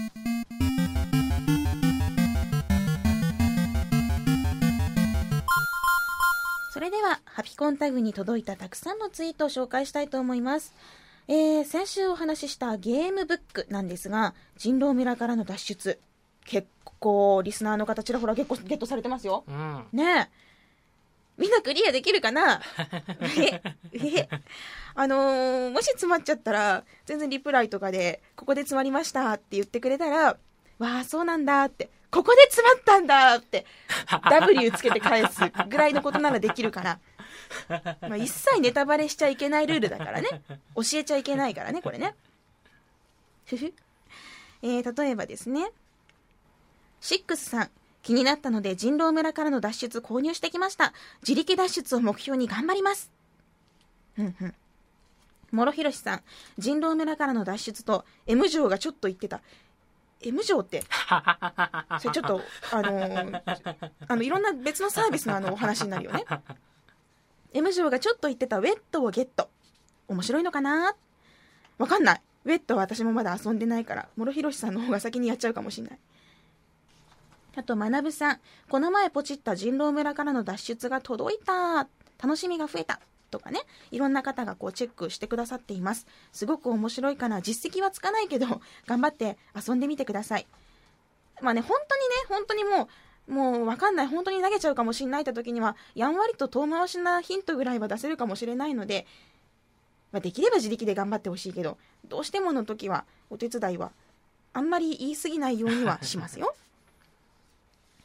それではハピコンタグに届いたたくさんのツイートを紹介したいと思います。えー、先週お話ししたゲームブックなんですが、人狼村からの脱出、結構リスナーの方ちらほらゲットされてますよ、うん、ねえ、みんなクリアできるかなええあのー、もし詰まっちゃったら全然リプライとかでここで詰まりましたって言ってくれたら、わあそうなんだって、ここで詰まったんだって ダブリュー つけて返すぐらいのことならできるから、まあ、一切ネタバレしちゃいけないルールだからね、教えちゃいけないからねこれねふふ、えー、例えばですね、シックスさん、気になったので人狼村からの脱出購入してきました。自力脱出を目標に頑張ります。うんうん。諸ひろしさん、人狼村からの脱出と M 城がちょっと言ってた。M 城ってそれちょっとあのー、あのいろんな別のサービスのあのお話になるよね。M 城がちょっと言ってたウェットをゲット、面白いのかな、わかんない。ウェットは私もまだ遊んでないから、諸ひろしさんの方が先にやっちゃうかもしれない。あとまなぶさん、この前ポチった人狼村からの脱出が届いた、楽しみが増えたとかね、いろんな方がこうチェックしてくださっています。すごく面白いから実績はつかないけど頑張って遊んでみてください。まあね、本当にね、本当にもうもう分かんない、本当に投げちゃうかもしれないって時にはやんわりと遠回しなヒントぐらいは出せるかもしれないので、まあ、できれば自力で頑張ってほしいけど、どうしてもの時はお手伝いはあんまり言い過ぎないようにはしますよ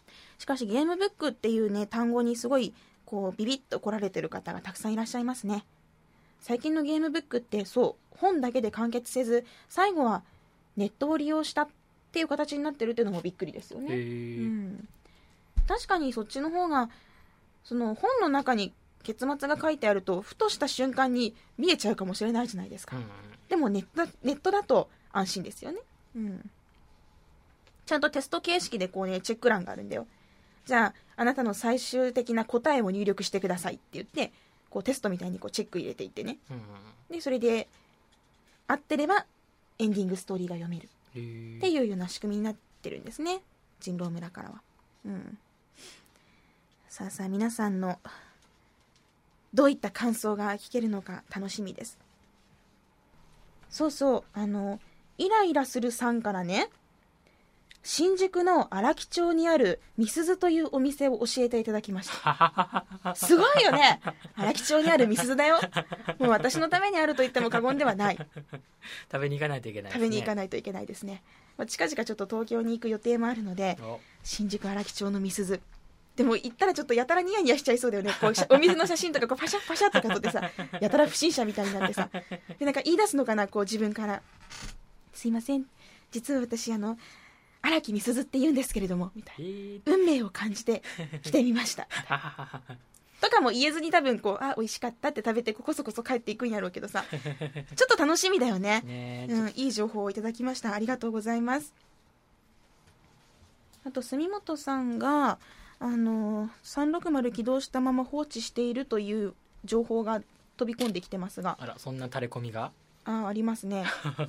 しかしゲームブックっていうね単語にすごいこうビビッと来られてる方がたくさんいらっしゃいますね。最近のゲームブックってそう本だけで完結せず最後はネットを利用したっていう形になってるっていうのもびっくりですよね。 へー、 うん、確かにそっちの方がその本の中に結末が書いてあるとふとした瞬間に見えちゃうかもしれないじゃないですか、 うん、 でもネットだ、ネットだと安心ですよね、うん、ちゃんとテスト形式でこうねチェック欄があるんだよ。じゃああなたの最終的な答えを入力してくださいって言ってこうテストみたいにこうチェック入れていってね、 うん、 でそれで合ってればエンディングストーリーが読めるっていうような仕組みになってるんですね、人狼村からは。うん、さあさあ皆さんのどういった感想が聞けるのか楽しみです。そうそう、あのイライラするさんからね、新宿の荒木町にあるみすずというお店を教えていただきました。すごいよね。荒木町にあるみすずだよ。もう私のためにあると言っても過言ではない。 食べに行かないといけないですね。 食べに行かないといけないですね。まあ、近々ちょっと東京に行く予定もあるので、新宿荒木町のみすず。でも行ったらちょっとやたらニヤニヤしちゃいそうだよね。こうお店の写真とかこうパシャパシャとか撮ってさ、やたら不審者みたいになってさ、でなんか言い出すのかな、こう自分から、すいません、実は私あの荒木みすずって言うんですけれどもみたいな、運命を感じて来てみましたとかも言えずに多分こうあ美味しかったって食べてこそこそ帰っていくんやろうけどさ、ちょっと楽しみだよね。ね、うん、いい情報をいただきました。ありがとうございます。あと住本さんがあのさんろくまる起動したまま放置しているという情報が飛び込んできてますが、 あら、そんな垂れ込みがあ, ありますね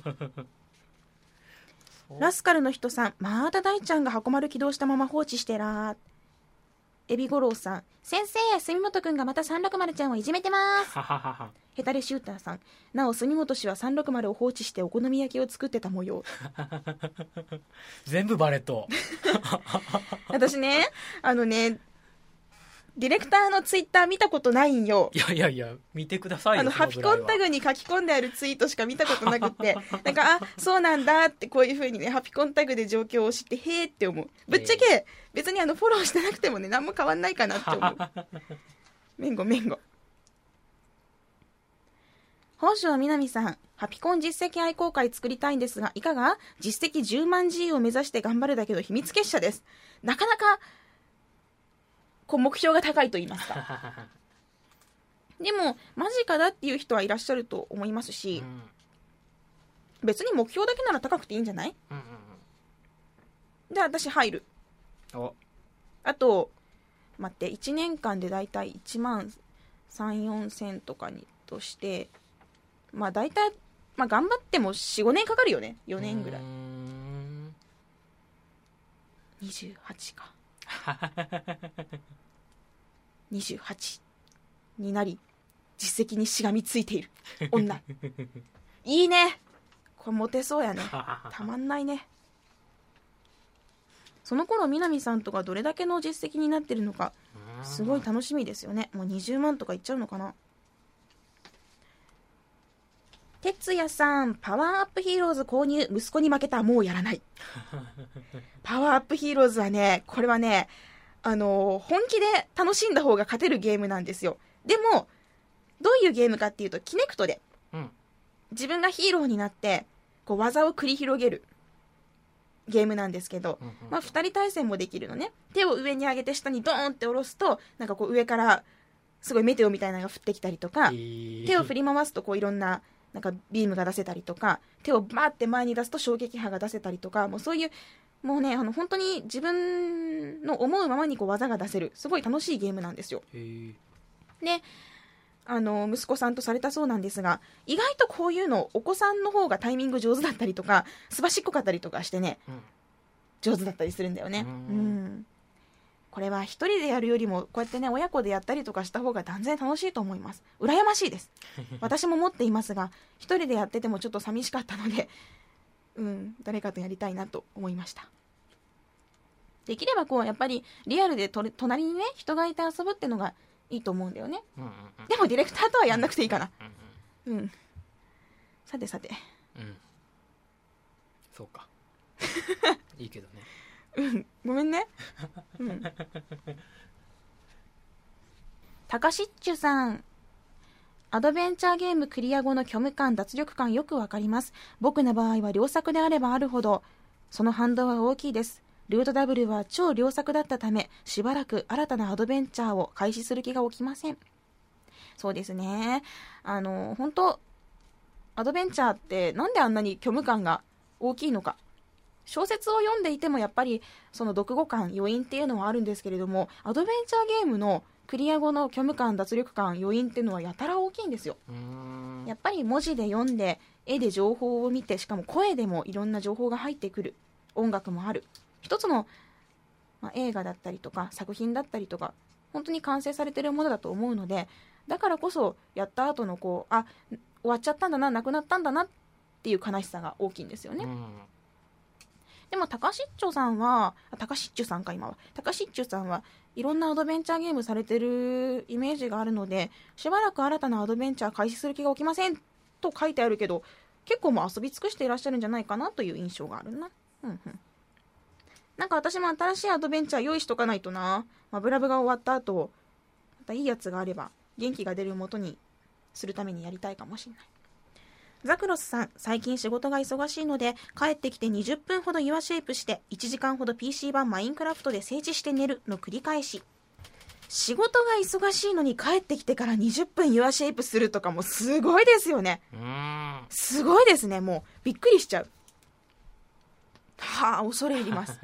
ラスカルの人さん、また大ちゃんが箱丸起動したまま放置してら。エビゴロウさん、先生、住本くんがまたさんろくまるちゃんをいじめてますヘタレシューターさん、なお住本氏はさんろくまるを放置してお好み焼きを作ってた模様全部バレット私ね、あのねディレクターのツイッター見たことないんよ。 いやいやいや、見てくださいよ。 あのハピコンタグに書き込んであるツイートしか見たことなくてなんかあそうなんだってこういう風にねハピコンタグで状況を知ってへーって思う。ぶっちゃけ別にあのフォローしてなくてもね何も変わんないかなって思うめんごめんご。宝生みなみさん、ハピコン実績愛好会作りたいんですがいかが。実績じゅうまん G を目指して頑張るだけど秘密結社です。なかなかこう目標が高いと言いますかでもマジかだっていう人はいらっしゃると思いますし、うん、別に目標だけなら高くていいんじゃない、うんうんうん、で私入る。おあと待っていちねんかんでだいたいいちまんさん、よんせんとかにとしてまあだいたい、まあ、頑張っても よん、ごねんかかるよね。よねんぐらい。にじゅうはちかにじゅうはちになり実績にしがみついている女いいね、これモテそうやねたまんないね。その頃南さんとかどれだけの実績になってるのかすごい楽しみですよね。もうにじゅうまんとかいっちゃうのかな。哲也さん、パワーアップヒーローズ購入、息子に負けた、もうやらないパワーアップヒーローズはね、これはねあのー、本気で楽しんだ方が勝てるゲームなんですよ。でもどういうゲームかっていうとキネクトで、うん、自分がヒーローになってこう技を繰り広げるゲームなんですけど、うんうん、まあ、ふたり対戦もできるのね。手を上に上げて下にドーンって下ろすとなんかこう上からすごいメテオみたいなのが降ってきたりとか、えー、手を振り回すとこういろんななんかビームが出せたりとか、手をバーって前に出すと衝撃波が出せたりとか、もうそういうもうねあの本当に自分の思うままにこう技が出せるすごい楽しいゲームなんですよ。へー。であの息子さんとされたそうなんですが、意外とこういうのお子さんの方がタイミング上手だったりとかすばしっこかったりとかしてね、うん、上手だったりするんだよね。うん、うん、これは一人でやるよりもこうやってね親子でやったりとかした方が断然楽しいと思います。羨ましいです私も持っていますが一人でやっててもちょっと寂しかったので、うん、誰かとやりたいなと思いました。できればこうやっぱりリアルでと隣にね人がいて遊ぶってのがいいと思うんだよね、うんうんうん、でもディレクターとはやんなくていいかな、うんうんうん、さてさて、うん、 そうかいいけどねうんごめんね、うん、たかしっちゅさん、アドベンチャーゲームクリア後の虚無感脱力感よくわかります。僕の場合は良作であればあるほどその反動は大きいです。ルートダブルは超良作だったため、しばらく新たなアドベンチャーを開始する気が起きません。そうですね、あの本当アドベンチャーってなんであんなに虚無感が大きいのか。小説を読んでいてもやっぱりその読後感余韻っていうのはあるんですけれども、アドベンチャーゲームのクリア後の虚無感脱力感余韻っていうのはやたら大きいんですよ。 うーん、 やっぱり文字で読んで絵で情報を見て、しかも声でもいろんな情報が入ってくる、音楽もある一つの、まあ、映画だったりとか作品だったりとか本当に完成されているものだと思うので、だからこそやった後のこうあ終わっちゃったんだな、なくなったんだなっていう悲しさが大きいんですよね。 うん、 でも高しっちょさんは高しっちゅさんか今は高しっちゅさんはいろんなアドベンチャーゲームされてるイメージがあるので、しばらく新たなアドベンチャー開始する気が起きませんと書いてあるけど、結構もう遊び尽くしていらっしゃるんじゃないかなという印象があるな。うんうん。なんか私も新しいアドベンチャー用意しとかないとな。まあ、ブラブが終わった後またいいやつがあれば元気が出る元にするためにやりたいかもしれない。ザクロスさん、最近仕事が忙しいので帰ってきてにじゅっぷんほどユアシェイプしていちじかんほど ピーシー 版マインクラフトで静止して寝るの繰り返し。仕事が忙しいのに帰ってきてからにじゅっぷんユアシェイプするとかもすごいですよね。 うーん、 すごいですね。もうびっくりしちゃう。はあ、恐れ入ります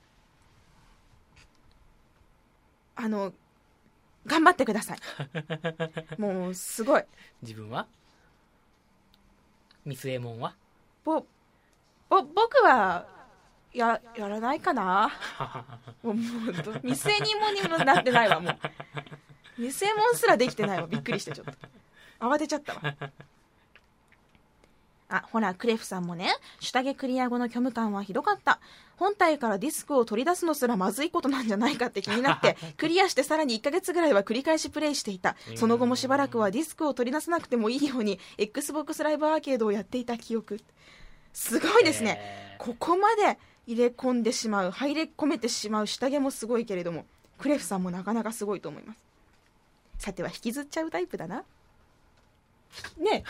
あの頑張ってくださいもうすごい。 自分はミスエモンはぼぼ僕はややらないかなもうもうミスエニモにもなってないわ。もうミスエモンすらできてないわ。びっくりしてちょっと慌てちゃったわ。あ、ほらクレフさんもね、シュタゲクリア後の虚無感はひどかった。本体からディスクを取り出すのすらまずいことなんじゃないかって気になってクリアしてさらにいっかげつぐらいは繰り返しプレイしていた。その後もしばらくはディスクを取り出さなくてもいいように Xbox ライブアーケードをやっていた記憶。すごいですね、えー、ここまで入れ込んでしまう、入れ込めてしまうシュタゲもすごいけれども、クレフさんもなかなかすごいと思います。さては引きずっちゃうタイプだなね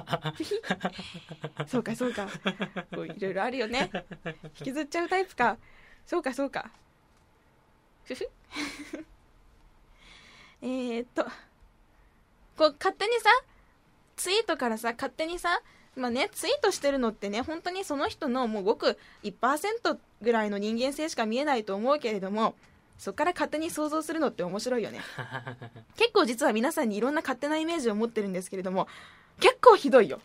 えそうかそうか、こういろいろあるよね。引きずっちゃうタイプか。そうかそうかふふえーっとこう勝手にさツイートからさ勝手にさ、まあね、ツイートしてるのってね、本当にその人のもうごく いちパーセント ぐらいの人間性しか見えないと思うけれども、そこから勝手に想像するのって面白いよね結構実は皆さんにいろんな勝手なイメージを持ってるんですけれども、結構ひどいよ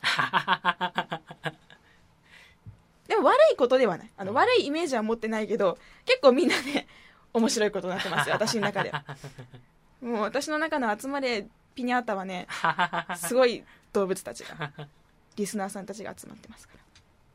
でも悪いことではない。あの悪いイメージは持ってないけど、結構みんなね面白いことになってますよ、私の中でもう私の中の集まれピニャータはね、すごい動物たちがリスナーさんたちが集まってますから。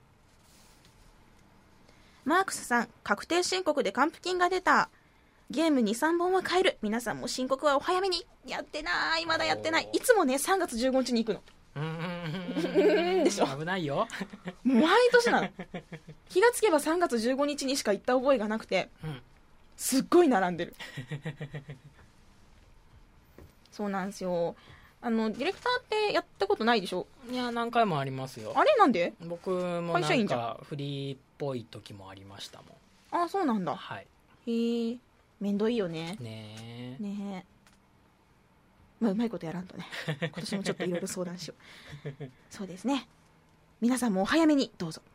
マークスさん、確定申告で還付金が出た。ゲーム にさんぼんは買える。皆さんも申告はお早めに。やってない、まだやってない。いつもねさんがつじゅうごにちに行くの。うーんでしょ、 危ないよ毎年なの気がつけばさんがつじゅうごにちにしか行った覚えがなくて、うん、すっごい並んでるそうなんですよ。あのディレクターってやったことないでしょ。 いや何回もありますよ。 あれなんで。 僕もなんかフリーっぽい時もありましたもん。 あ、そうなんだ。 はい。 へえ、めんどいよね。 ねえねえ、まあ、うまいことやらんとね今年もちょっといろいろ相談しようそうですね、皆さんもお早めにどうぞ。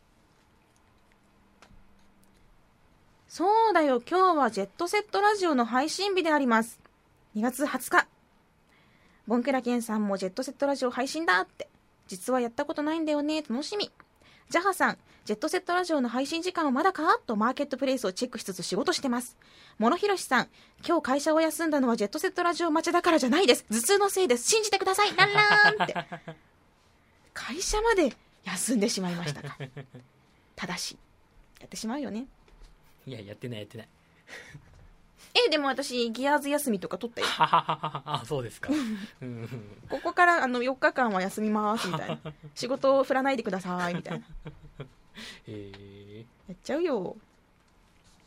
そうだよ、今日はジェットセットラジオの配信日であります。にがつはつか。ボンクラケンさんもジェットセットラジオ配信だって。実はやったことないんだよね、楽しみ。ジャハさん、ジェットセットラジオの配信時間はまだかとマーケットプレイスをチェックしつつ仕事してます。モノヒロシさん、今日会社を休んだのはジェットセットラジオ待ちだからじゃないです。頭痛のせいです。信じてください。ランラーンって会社まで休んでしまいましたか。ただしやってしまうよね。 いややってないやってないえでも私ギアーズ休みとか取ったよあ、そうですかここからあのよっかかんは休みますみたいな仕事を振らないでくださいみたいな、えー、やっちゃうよ。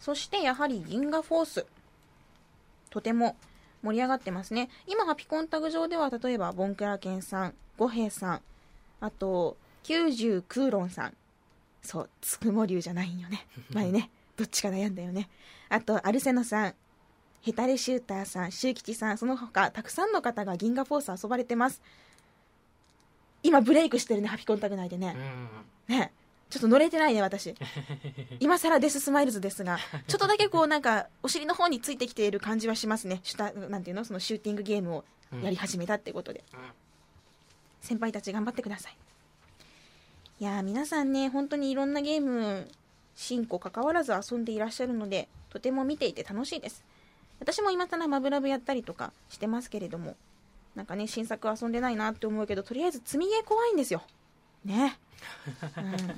そしてやはり銀河フォース、とても盛り上がってますね。今ハピコンタグ上では例えばボンクラケンさん、五平さん、あときゅうじゅうクーロンさん、そうつくも竜じゃないんよね前ねどっちか悩んだよね。あとアルセノさん、ヘタレシューターさん、シュウキチさん、その他たくさんの方が銀河フォース遊ばれてます。今ブレイクしてるね、ハピコンタグ内でね。ね、ちょっと乗れてないね私今更デススマイルズですが、ちょっとだけこうなんかお尻の方についてきている感じはしますね。シュタなんていうの、そのシューティングゲームをやり始めたってことで、うん、先輩たち頑張ってください。いやー皆さんね、本当にいろんなゲーム進行関わらず遊んでいらっしゃるので、とても見ていて楽しいです。私も今更マブラブやったりとかしてますけれども、なんかね新作遊んでないなって思うけど、とりあえず積みゲー怖いんですよね、うん、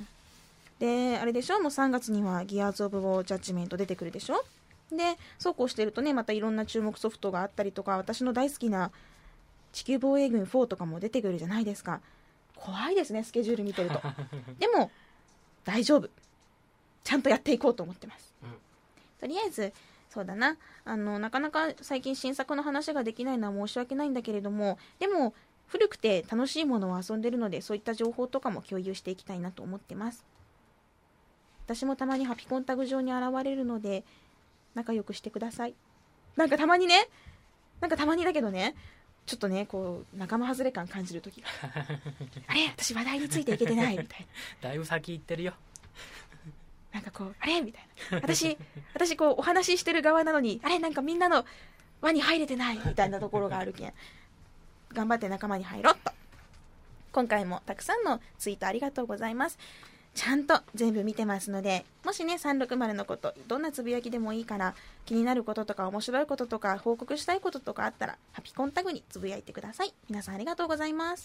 であれでしょ、もうさんがつにはギアーズオブウォージャッジメント出てくるでしょ。でそうこうしてるとね、またいろんな注目ソフトがあったりとか、私の大好きな地球防衛軍フォーとかも出てくるじゃないですか。怖いですね、スケジュール見てるとでも大丈夫、ちゃんとやっていこうと思ってます、うん、とりあえずそうだな、あのなかなか最近新作の話ができないのは申し訳ないんだけれども、でも古くて楽しいものを遊んでるので、そういった情報とかも共有していきたいなと思ってます。私もたまにハピコンタグ上に現れるので仲良くしてください。なんかたまにね、なんかたまにだけどね、ちょっとねこう仲間外れ感感じるときがあれ私話題についていけてないみたいなだいぶ先行ってるよなんかこうあれみたいな、私私こうお話ししてる側なのに、あれなんかみんなの輪に入れてないみたいなところがあるけん、頑張って仲間に入ろっと。今回もたくさんのツイートありがとうございます。ちゃんと全部見てますので、もしねさんろくまるのこと、どんなつぶやきでもいいから気になることとか面白いこととか報告したいこととかあったらハピコンタグにつぶやいてください。皆さんありがとうございます。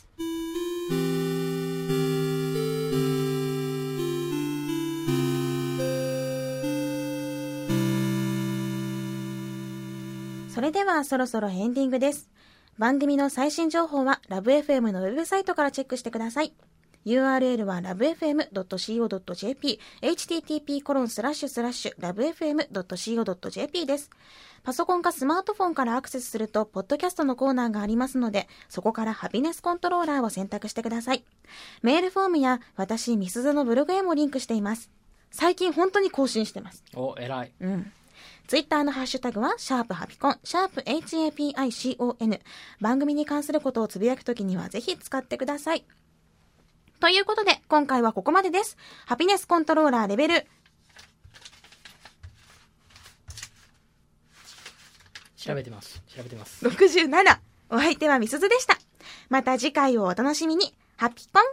それではそろそろエンディングです。番組の最新情報はラブ エフエム のウェブサイトからチェックしてください。ユーアールエル は ラブエフエムドットシーオードットジェーピー、エイチティーティーピーコロンスラッシュスラッシュラブエフエムドットシーオードットジェーピー です。パソコンかスマートフォンからアクセスすると、ポッドキャストのコーナーがありますので、そこからハピネスコントローラーを選択してください。メールフォームや私、ミスズのブログへもリンクしています。最近本当に更新してます。 お、偉い。 うん。ツイッターのハッシュタグは、シャープハピコン、シャープ エイチエーピーアイシーオーエヌ。番組に関することをつぶやくときにはぜひ使ってください。ということで、今回はここまでです。ハピネスコントローラーレベル。 調べてます。調べてます。 ろくじゅうなな。お相手はみすずでした。また次回をお楽しみに。ハピコン。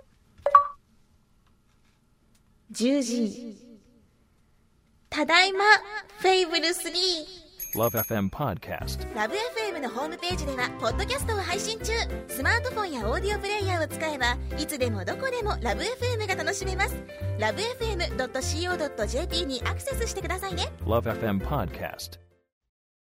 じゅうじ。ただいま、フェイブルスリー。 Love エフエム Podcast。 ラブ エフエム のホームページではポッドキャストを配信中。スマートフォンやオーディオプレイヤーを使えばいつでもどこでもラブ エフエム が楽しめます。ラブエフエムドットシーオードットジェーピー にアクセスしてくださいね。 Love エフエム Podcast。